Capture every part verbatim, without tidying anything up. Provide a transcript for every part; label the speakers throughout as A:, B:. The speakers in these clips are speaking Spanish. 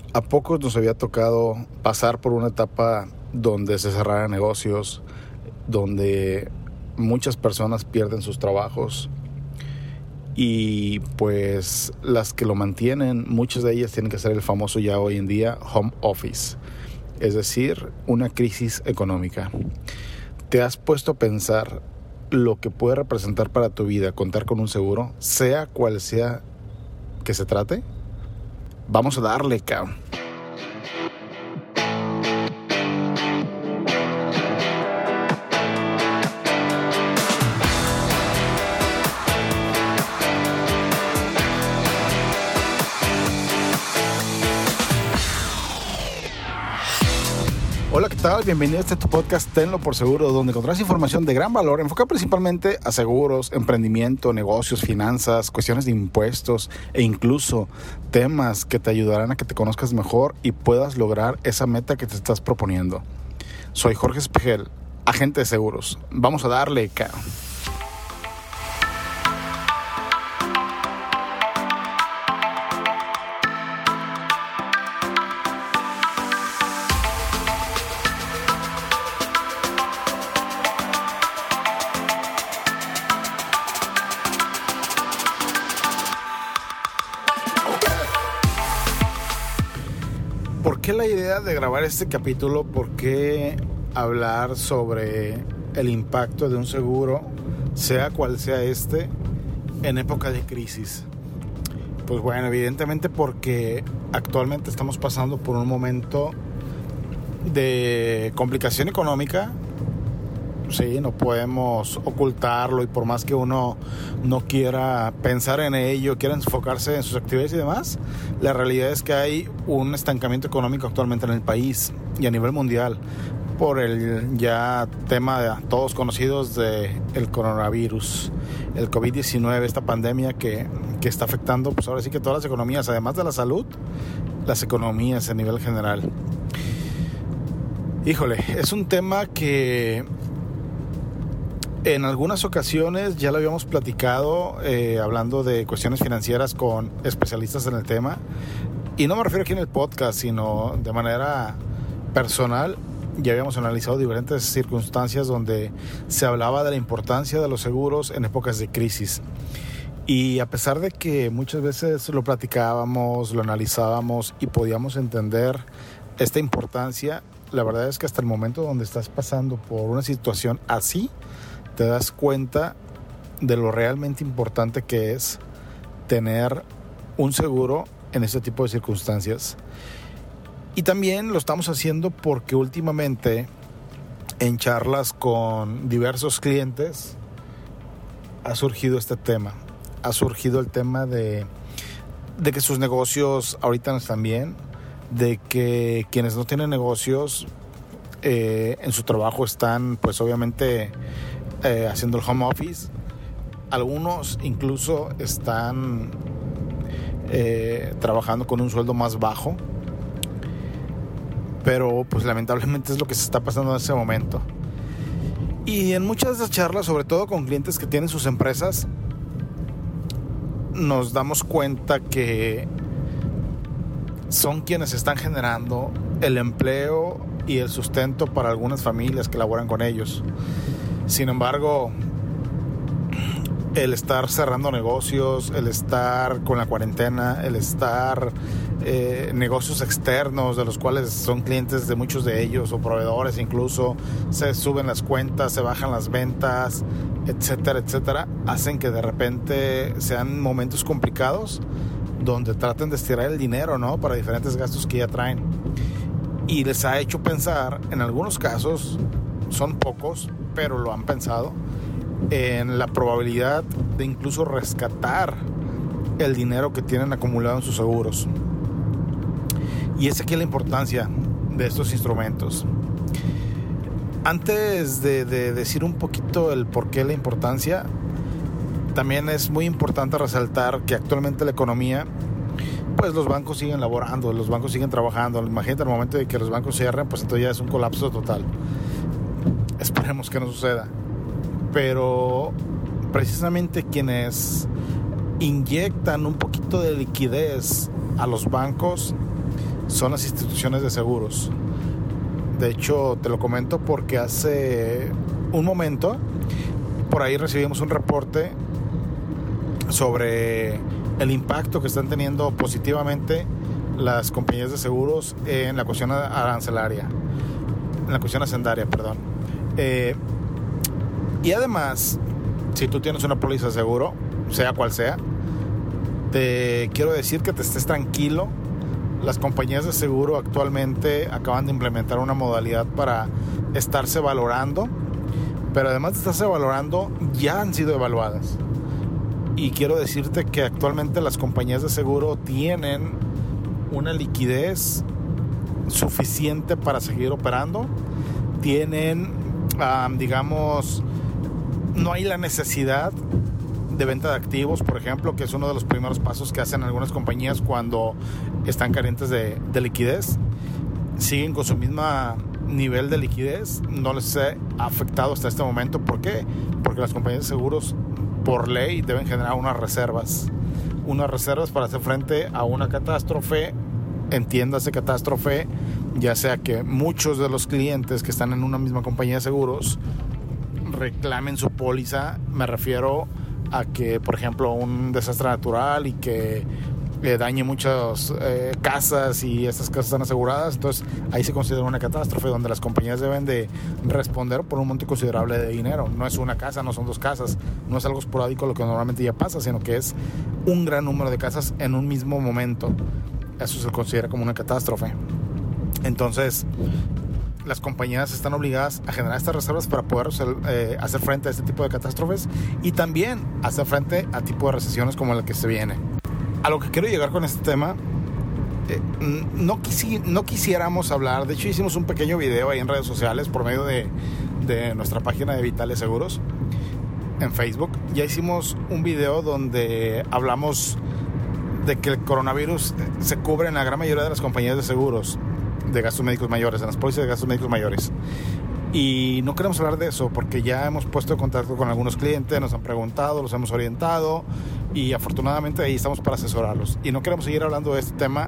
A: ¿A pocos nos había tocado pasar por una etapa donde se cerraran negocios, donde muchas personas pierden sus trabajos y pues las que lo mantienen, muchas de ellas tienen que hacer el famoso ya hoy en día home office, es decir, una crisis económica? ¿Te has puesto a pensar lo que puede representar para tu vida contar con un seguro, sea cual sea que se trate? Vamos a darle, cabrón. Hola, ¿qué tal? Bienvenido a este tu podcast Tenlo por Seguro, donde encontrarás información de gran valor enfocada principalmente a seguros, emprendimiento, negocios, finanzas, cuestiones de impuestos e incluso temas que te ayudarán a que te conozcas mejor y puedas lograr esa meta que te estás proponiendo. Soy Jorge Espejel, agente de seguros. Vamos a darle, cabrón. ¿Por qué la idea de grabar este capítulo? ¿Por qué hablar sobre el impacto de un seguro, sea cual sea este, en época de crisis? Pues bueno, evidentemente porque actualmente estamos pasando por un momento de complicación económica. Sí, no podemos ocultarlo, y por más que uno no quiera pensar en ello, quiera enfocarse en sus actividades y demás, la realidad es que hay un estancamiento económico actualmente en el país y a nivel mundial por el ya tema de todos conocidos de el coronavirus, el covid diecinueve, esta pandemia que, que está afectando, pues ahora sí que todas las economías, además de la salud, las economías a nivel general. Híjole, es un tema que en algunas ocasiones ya lo habíamos platicado, eh, hablando de cuestiones financieras con especialistas en el tema, y no me refiero aquí en el podcast, sino de manera personal. Ya habíamos analizado diferentes circunstancias donde se hablaba de la importancia de los seguros en épocas de crisis, y a pesar de que muchas veces lo platicábamos, lo analizábamos y podíamos entender esta importancia, la verdad es que hasta el momento donde estás pasando por una situación así, te das cuenta de lo realmente importante que es tener un seguro en este tipo de circunstancias. Y también lo estamos haciendo porque últimamente en charlas con diversos clientes ha surgido este tema. Ha surgido el tema de, de que sus negocios ahorita no están bien, de que quienes no tienen negocios eh, en su trabajo están pues obviamente Eh, haciendo el home office. Algunos incluso están eh, trabajando con un sueldo más bajo, pero pues lamentablemente es lo que se está pasando en ese momento. Y en muchas de esas charlas, sobre todo con clientes que tienen sus empresas, nos damos cuenta que son quienes están generando el empleo y el sustento para algunas familias que laboran con ellos. Sin embargo, el estar cerrando negocios, el estar con la cuarentena, el estar eh, negocios externos de los cuales son clientes de muchos de ellos o proveedores, incluso se suben las cuentas, se bajan las ventas, etcétera, etcétera, hacen que de repente sean momentos complicados donde traten de estirar el dinero, ¿no?, para diferentes gastos que ya traen. Y les ha hecho pensar, en algunos casos, son pocos, pero lo han pensado, en la probabilidad de incluso rescatar el dinero que tienen acumulado en sus seguros. Y es aquí la importancia de estos instrumentos. Antes de, de decir un poquito el por qué la importancia, también es muy importante resaltar que actualmente la economía, pues los bancos siguen laborando, los bancos siguen trabajando. Imagínate, al momento de que los bancos cierren, pues entonces ya es un colapso total. Esperemos que no suceda. Pero precisamente quienes inyectan un poquito de liquidez a los bancos son las instituciones de seguros. De hecho, te lo comento porque hace un momento por ahí recibimos un reporte sobre el impacto que están teniendo positivamente las compañías de seguros en la cuestión arancelaria, en la cuestión hacendaria, perdón. Eh, y además, si tú tienes una póliza de seguro, sea cual sea, te quiero decir que te estés tranquilo. Las compañías de seguro actualmente acaban de implementar una modalidad para estarse valorando, pero además de estarse valorando, ya han sido evaluadas. Y quiero decirte que actualmente las compañías de seguro tienen una liquidez suficiente para seguir operando. Tienen, um, digamos, no hay la necesidad de venta de activos, por ejemplo, que es uno de los primeros pasos que hacen algunas compañías cuando están carentes de, de liquidez. Siguen con su mismo nivel de liquidez, no les ha afectado hasta este momento. ¿Por qué? Porque las compañías de seguros, por ley, deben generar unas reservas, unas reservas para hacer frente a una catástrofe. Entiéndase catástrofe, ya sea que muchos de los clientes que están en una misma compañía de seguros reclamen su póliza. Me refiero a que, por ejemplo, un desastre natural y que eh, dañe muchas eh, casas y estas casas están aseguradas, entonces ahí se considera una catástrofe donde las compañías deben de responder por un monto considerable de dinero. No es una casa, no son dos casas, no es algo esporádico lo que normalmente ya pasa, sino que es un gran número de casas en un mismo momento. Eso se considera como una catástrofe. Entonces, las compañías están obligadas a generar estas reservas para poder eh, hacer frente a este tipo de catástrofes y también hacer frente a tipo de recesiones como la que se viene. A lo que quiero llegar con este tema, eh, no, quisi- no quisiéramos hablar, de hecho hicimos un pequeño video ahí en redes sociales por medio de, de nuestra página de Vitales Seguros en Facebook. Ya hicimos un video donde hablamos de que el coronavirus se cubre en la gran mayoría de las compañías de seguros de gastos médicos mayores, en las pólizas de gastos médicos mayores. Y no queremos hablar de eso porque ya hemos puesto en contacto con algunos clientes, nos han preguntado, los hemos orientado y afortunadamente ahí estamos para asesorarlos. Y no queremos seguir hablando de este tema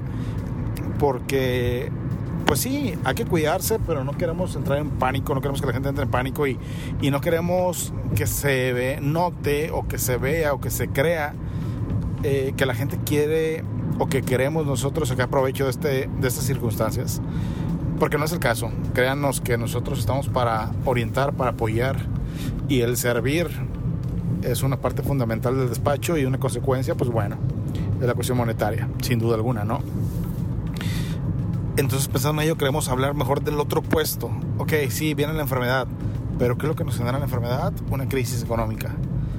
A: porque, pues sí, hay que cuidarse, pero no queremos entrar en pánico, no queremos que la gente entre en pánico y, y no queremos que se ve, note o que se vea o que se crea eh, que la gente quiere o que queremos nosotros sacar provecho de, este, de estas circunstancias, porque no es el caso. Créanos que nosotros estamos para orientar, para apoyar, y el servir es una parte fundamental del despacho y una consecuencia, pues bueno, de la cuestión monetaria, sin duda alguna, ¿no? Entonces, pensando en ello, queremos hablar mejor del otro puesto. Ok, sí, viene la enfermedad, pero ¿qué es lo que nos genera la enfermedad? Una crisis económica.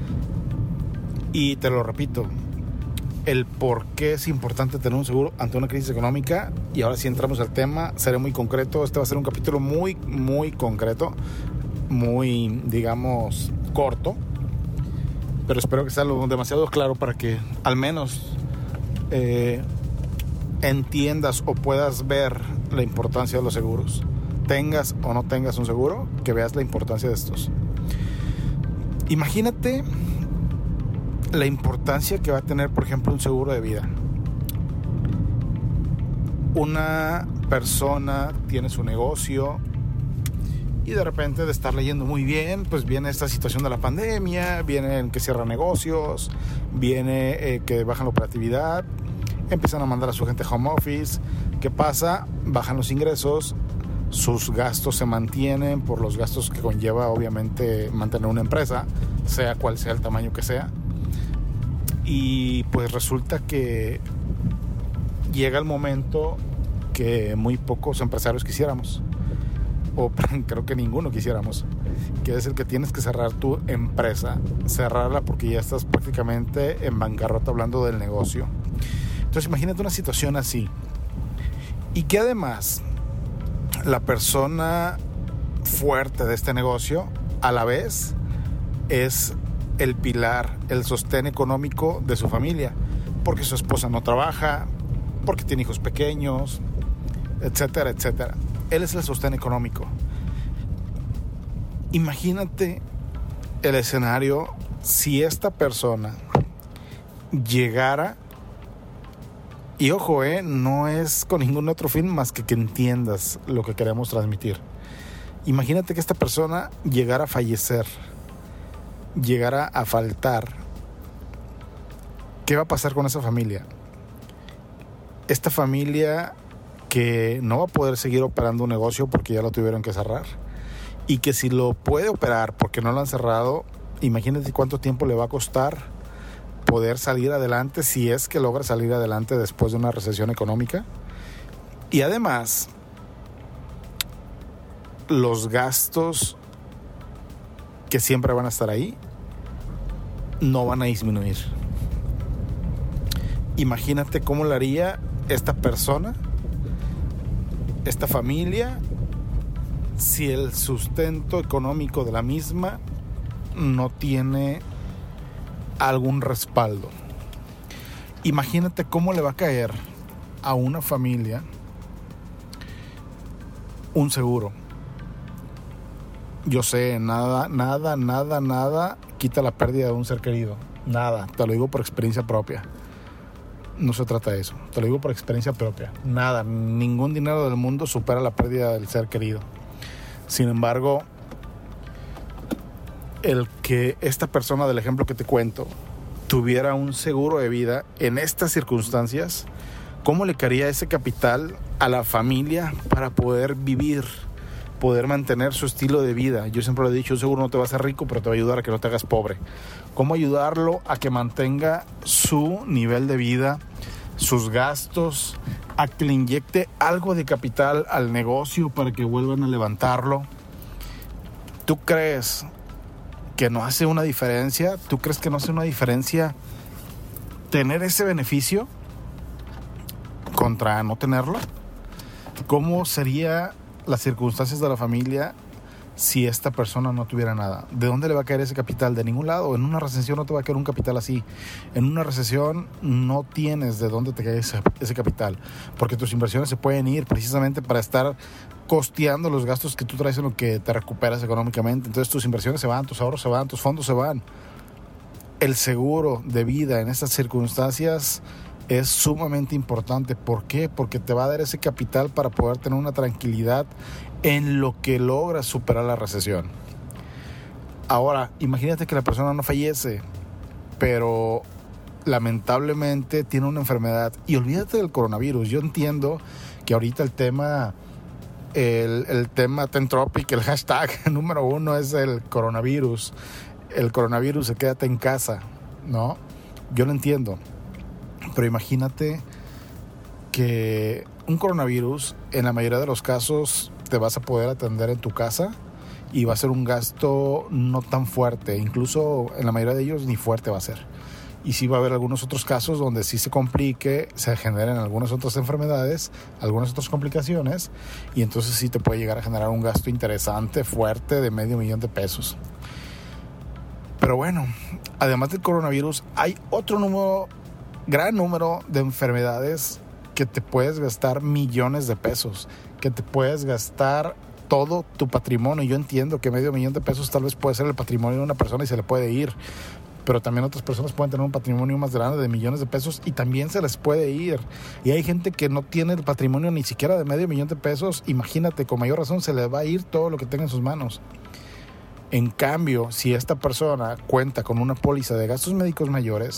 A: Y te lo repito, el por qué es importante tener un seguro ante una crisis económica. Y ahora sí entramos al tema, seré muy concreto. Este va a ser un capítulo muy, muy concreto, muy, digamos, corto, pero espero que sea lo demasiado claro para que al menos eh, entiendas o puedas ver la importancia de los seguros. Tengas o no tengas un seguro, que veas la importancia de estos. Imagínate la importancia que va a tener, por ejemplo, un seguro de vida. Una persona tiene su negocio y de repente de estar leyendo muy bien, pues viene esta situación de la pandemia, viene que cierran negocios, viene eh, que bajan la operatividad, empiezan a mandar a su gente home office. ¿Qué pasa? Bajan los ingresos, sus gastos se mantienen por los gastos que conlleva obviamente mantener una empresa, sea cual sea el tamaño que sea. Y pues resulta que llega el momento que muy pocos empresarios quisiéramos, o creo que ninguno quisiéramos, que es el que tienes que cerrar tu empresa, cerrarla porque ya estás prácticamente en bancarrota, hablando del negocio. Entonces imagínate una situación así, y que además la persona fuerte de este negocio a la vez es el pilar, el sostén económico de su familia, porque su esposa no trabaja, porque tiene hijos pequeños, etcétera, etcétera. Él es el sostén económico. Imagínate el escenario si esta persona llegara Y ojo, eh, no es con ningún otro fin más que que entiendas lo que queremos transmitir. Imagínate que esta persona llegara a fallecer, llegara a faltar. ¿Qué va a pasar con esa familia? Esta familia que no va a poder seguir operando un negocio porque ya lo tuvieron que cerrar. Y que si lo puede operar porque no lo han cerrado, imagínate cuánto tiempo le va a costar poder salir adelante, si es que logra salir adelante después de una recesión económica. Y además, los gastos que siempre van a estar ahí no van a disminuir. Imagínate cómo lo haría esta persona, esta familia, si el sustento económico de la misma no tiene algún respaldo. Imagínate cómo le va a caer a una familia un seguro. Yo sé, nada, nada, nada, nada quita la pérdida de un ser querido. Nada, te lo digo por experiencia propia. No se trata de eso, te lo digo por experiencia propia. Nada, ningún dinero del mundo supera la pérdida del ser querido. Sin embargo, el que esta persona del ejemplo que te cuento tuviera un seguro de vida en estas circunstancias, ¿cómo le caería ese capital a la familia para poder vivir, poder mantener su estilo de vida? Yo siempre lo he dicho, un seguro no te va a hacer rico, pero te va a ayudar a que no te hagas pobre. ¿Cómo ayudarlo a que mantenga su nivel de vida, sus gastos, a que le inyecte algo de capital al negocio para que vuelvan a levantarlo? ¿Tú crees que no hace una diferencia? ¿Tú crees que no hace una diferencia tener ese beneficio contra no tenerlo? ¿Cómo serían las circunstancias de la familia si esta persona no tuviera nada? ¿De dónde le va a caer ese capital? De ningún lado. En una recesión no te va a caer un capital así. En una recesión no tienes de dónde te cae ese, ese capital, porque tus inversiones se pueden ir precisamente para estar costeando los gastos que tú traes en lo que te recuperas económicamente. Entonces tus inversiones se van, tus ahorros se van, tus fondos se van. El seguro de vida en estas circunstancias es sumamente importante. ¿Por qué? Porque te va a dar ese capital para poder tener una tranquilidad en lo que logras superar la recesión. Ahora, imagínate que la persona no fallece, pero lamentablemente tiene una enfermedad. Y olvídate del coronavirus. Yo entiendo que ahorita el tema... El, el tema Tentropic, el hashtag número uno es el coronavirus. El coronavirus, se quédate en casa, ¿no? Yo lo entiendo. Pero imagínate que un coronavirus, en la mayoría de los casos, te vas a poder atender en tu casa y va a ser un gasto no tan fuerte. Incluso en la mayoría de ellos ni fuerte va a ser. Y sí va a haber algunos otros casos donde sí se complique, se generen algunas otras enfermedades, algunas otras complicaciones, y entonces sí te puede llegar a generar un gasto interesante, fuerte, de medio millón de pesos. Pero bueno, además del coronavirus, hay otro número, gran número de enfermedades que te puedes gastar millones de pesos, que te puedes gastar todo tu patrimonio. Yo entiendo que medio millón de pesos tal vez puede ser el patrimonio de una persona y se le puede ir, pero también otras personas pueden tener un patrimonio más grande de millones de pesos y también se les puede ir. Y hay gente que no tiene el patrimonio ni siquiera de medio millón de pesos. Imagínate, con mayor razón se le va a ir todo lo que tenga en sus manos. En cambio, si esta persona cuenta con una póliza de gastos médicos mayores,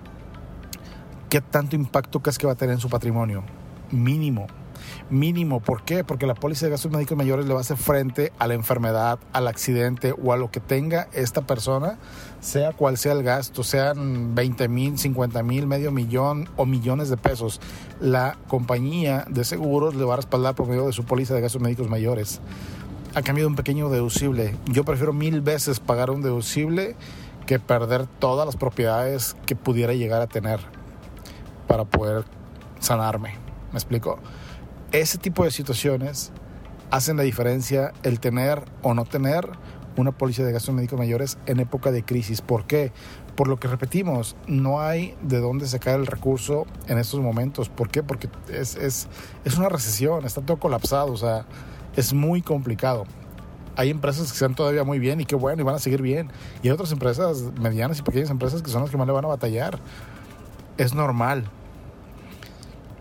A: ¿qué tanto impacto crees que va a tener en su patrimonio? Mínimo. Mínimo. ¿Por qué? Porque la póliza de gastos médicos mayores le va a hacer frente a la enfermedad, al accidente o a lo que tenga esta persona, sea cual sea el gasto, sean veinte mil, cincuenta mil, medio millón o millones de pesos. La compañía de seguros le va a respaldar por medio de su póliza de gastos médicos mayores. A cambio de un pequeño deducible. Yo prefiero mil veces pagar un deducible que perder todas las propiedades que pudiera llegar a tener para poder sanarme. ¿Me explico? Ese tipo de situaciones hacen la diferencia el tener o no tener una póliza de gastos médicos mayores en época de crisis. ¿Por qué? Por lo que repetimos, no hay de dónde sacar el recurso en estos momentos. ¿Por qué? Porque es, es, es una recesión, está todo colapsado, o sea, es muy complicado. Hay empresas que están todavía muy bien y qué bueno, y van a seguir bien. Y hay otras empresas, medianas y pequeñas empresas, que son las que más le van a batallar. Es normal.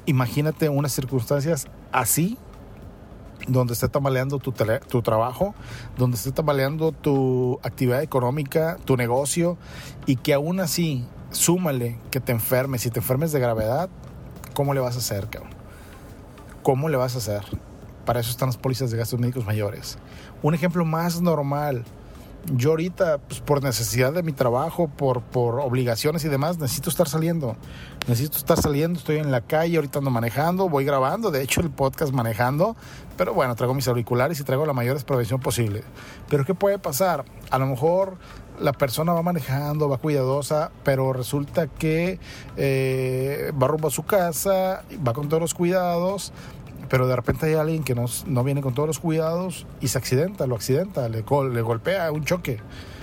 A: imagínate unas circunstancias así, donde esté tambaleando tu, tele, tu trabajo, donde esté tambaleando tu actividad económica, tu negocio, y que aún así, súmale que te enfermes. Si te enfermes de gravedad, ¿cómo le vas a hacer, cabrón? ¿Cómo le vas a hacer? Para eso están las pólizas de gastos médicos mayores. Un ejemplo más normal. Yo ahorita, pues, por necesidad de mi trabajo, por, por obligaciones y demás, necesito estar saliendo. Necesito estar saliendo, estoy en la calle, ahorita ando manejando, voy grabando, de hecho el podcast manejando, pero bueno, traigo mis auriculares y traigo la mayor prevención posible. Pero ¿qué puede pasar? A lo mejor la persona va manejando, va cuidadosa, pero resulta que eh, va rumbo a su casa, va con todos los cuidados, pero de repente hay alguien que no, no viene con todos los cuidados y se accidenta, lo accidenta, le, le golpea un choque.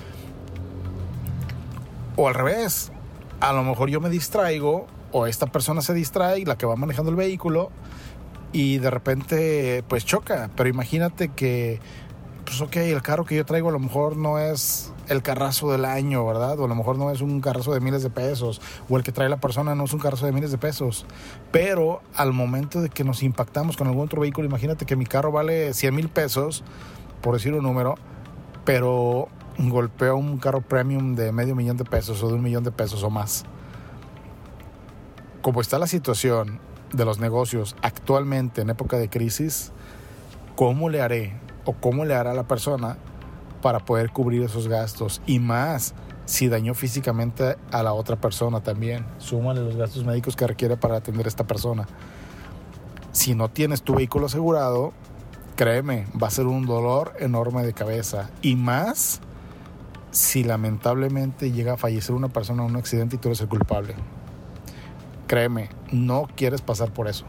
A: O al revés, a lo mejor yo me distraigo o esta persona se distrae, la que va manejando el vehículo, y de repente pues choca. Pero imagínate que, pues ok, el carro que yo traigo a lo mejor no es el carrazo del año, ¿verdad? O a lo mejor no es un carrazo de miles de pesos, o el que trae la persona no es un carrazo de miles de pesos, pero al momento de que nos impactamos con algún otro vehículo, imagínate que mi carro vale cien mil pesos, por decir un número, pero golpeo un carro premium de medio millón de pesos o de un millón de pesos o más. Como está la situación de los negocios actualmente en época de crisis, ¿cómo le haré o cómo le hará la persona para poder cubrir esos gastos? Y más si dañó físicamente a la otra persona también. Súmale los gastos médicos que requiere para atender a esta persona. Si no tienes tu vehículo asegurado, créeme, va a ser un dolor enorme de cabeza. Y más si lamentablemente llega a fallecer una persona en un accidente y tú eres el culpable. Créeme, no quieres pasar por eso.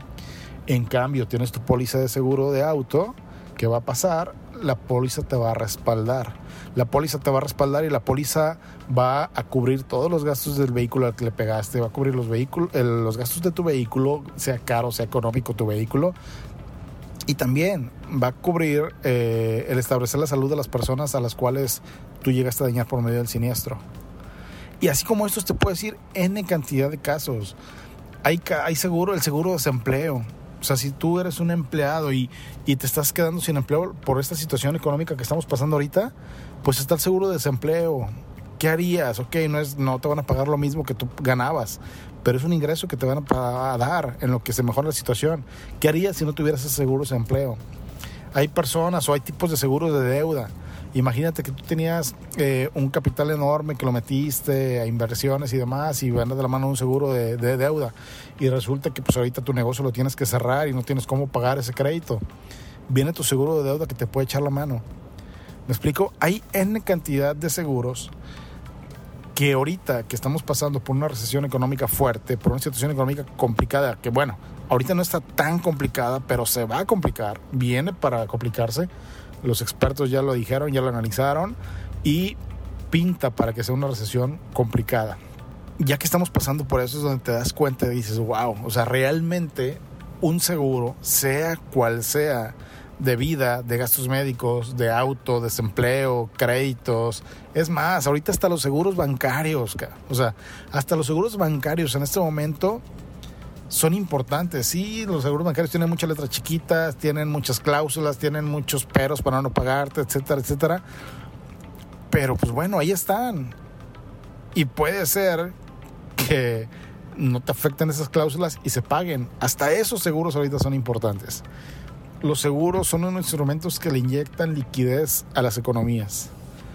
A: En cambio, tienes tu póliza de seguro de auto. ¿Qué va a pasar? La póliza te va a respaldar. La póliza te va a respaldar y la póliza va a cubrir todos los gastos del vehículo al que le pegaste, va a cubrir los vehículos, el, los gastos de tu vehículo, sea caro, sea económico tu vehículo, y también va a cubrir eh, el establecer la salud de las personas a las cuales tú llegaste a dañar por medio del siniestro. Y así como esto te puedo decir N cantidad de casos. Hay, hay seguro, el seguro de desempleo. O sea, si tú eres un empleado y, y te estás quedando sin empleo por esta situación económica que estamos pasando ahorita, pues está el seguro de desempleo. ¿Qué harías? Ok, no, es, no te van a pagar lo mismo que tú ganabas, pero es un ingreso que te van a dar en lo que se mejora la situación. ¿Qué harías si no tuvieras ese seguro de desempleo? Hay personas o hay tipos de seguros de deuda. Imagínate que tú tenías eh, un capital enorme que lo metiste a inversiones y demás, y van de la mano un seguro de, de deuda, y resulta que pues ahorita tu negocio lo tienes que cerrar y no tienes cómo pagar ese crédito. Viene tu seguro de deuda que te puede echar la mano. ¿Me explico? Hay N cantidad de seguros que ahorita que estamos pasando por una recesión económica fuerte, por una situación económica complicada, que bueno, ahorita no está tan complicada, pero se va a complicar, viene para complicarse. Los expertos ya lo dijeron, ya lo analizaron, y pinta para que sea una recesión complicada. Ya que estamos pasando por eso es donde te das cuenta y dices, wow, o sea, realmente un seguro, sea cual sea, de vida, de gastos médicos, de auto, desempleo, créditos. Es más, ahorita hasta los seguros bancarios, o sea, hasta los seguros bancarios en este momento son importantes. Sí, los seguros bancarios tienen muchas letras chiquitas, tienen muchas cláusulas, tienen muchos peros para no pagarte, etcétera, etcétera. Pero pues bueno, ahí están. Y puede ser que no te afecten esas cláusulas y se paguen. Hasta esos seguros ahorita son importantes. Los seguros son unos instrumentos que le inyectan liquidez a las economías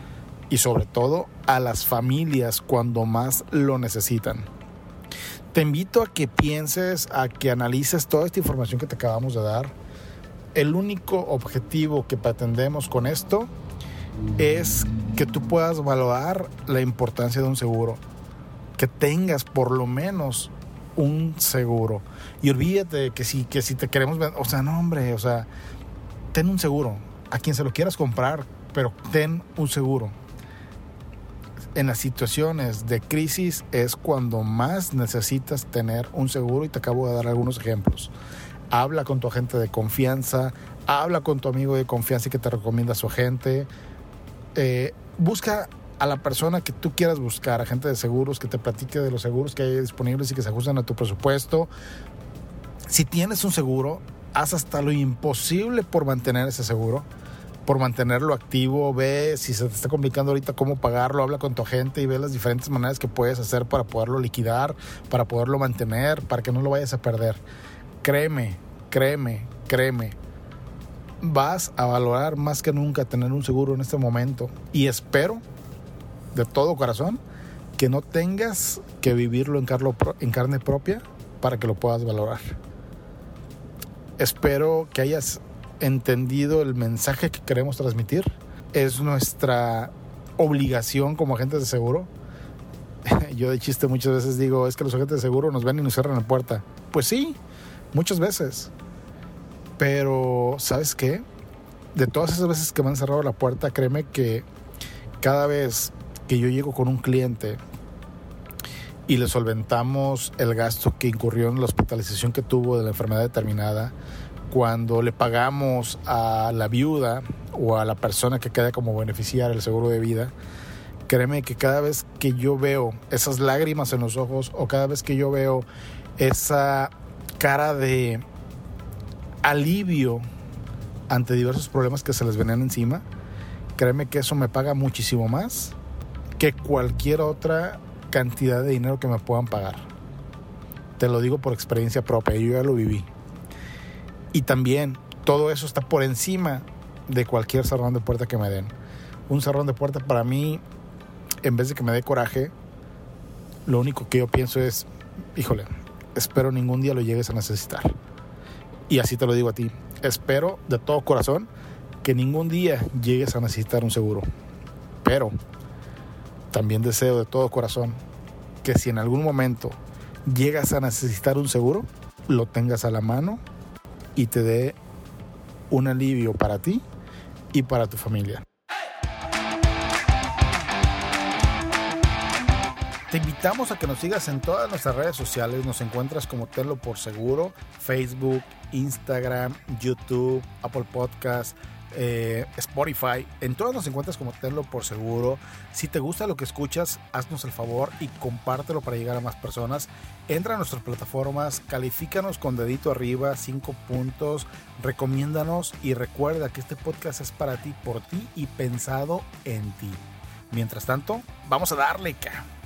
A: y sobre todo a las familias cuando más lo necesitan. Te invito a que pienses, a que analices toda esta información que te acabamos de dar. El único objetivo que pretendemos con esto es que tú puedas valorar la importancia de un seguro, que tengas por lo menos un seguro. Y olvídate que si, que si te queremos, o sea, no hombre, o sea, ten un seguro, a quien se lo quieras comprar, pero ten un seguro. En las situaciones de crisis es cuando más necesitas tener un seguro, y te acabo de dar algunos ejemplos. Habla con tu agente de confianza, habla con tu amigo de confianza y que te recomienda a su agente. Eh, busca a la persona que tú quieras buscar, agente de seguros, que te platique de los seguros que hay disponibles y que se ajustan a tu presupuesto. Si tienes un seguro, haz hasta lo imposible por mantener ese seguro, por mantenerlo activo. Ve si se te está complicando ahorita cómo pagarlo, habla con tu agente y ve las diferentes maneras que puedes hacer para poderlo liquidar, para poderlo mantener, para que no lo vayas a perder. Créeme, créeme, créeme, vas a valorar más que nunca tener un seguro en este momento, y espero de todo corazón que no tengas que vivirlo en, carlo, en carne propia para que lo puedas valorar. Espero que hayas entendido el mensaje que queremos transmitir. Es nuestra obligación como agentes de seguro. Yo de chiste muchas veces digo, es que los agentes de seguro nos ven y nos cierran la puerta. Pues sí, muchas veces. Pero, ¿sabes qué? De todas esas veces que me han cerrado la puerta, créeme que cada vez que yo llego con un cliente y le solventamos el gasto que incurrió en la hospitalización que tuvo de la enfermedad determinada, cuando le pagamos a la viuda o a la persona que queda como beneficiaria del seguro de vida, créeme que cada vez que yo veo esas lágrimas en los ojos, o cada vez que yo veo esa cara de alivio ante diversos problemas que se les venían encima, créeme que eso me paga muchísimo más que cualquier otra cantidad de dinero que me puedan pagar. Te lo digo por experiencia propia, yo ya lo viví. Y también todo eso está por encima de cualquier cerrón de puerta que me den. Un cerrón de puerta para mí, en vez de que me dé coraje, lo único que yo pienso es, híjole, espero ningún día lo llegues a necesitar. Y así te lo digo a ti, espero de todo corazón que ningún día llegues a necesitar un seguro. Pero también deseo de todo corazón que si en algún momento llegas a necesitar un seguro, lo tengas a la mano y te dé un alivio para ti y para tu familia. Te invitamos a que nos sigas en todas nuestras redes sociales. Nos encuentras como Tenlo por Seguro, Facebook, Instagram, YouTube, Apple Podcast, eh, Spotify. En todas nos encuentras como Tenlo por Seguro. Si te gusta lo que escuchas, haznos el favor y compártelo para llegar a más personas. Entra a nuestras plataformas, califícanos con dedito arriba, cinco puntos, recomiéndanos y recuerda que este podcast es para ti, por ti y pensado en ti. Mientras tanto, vamos a darle, ca.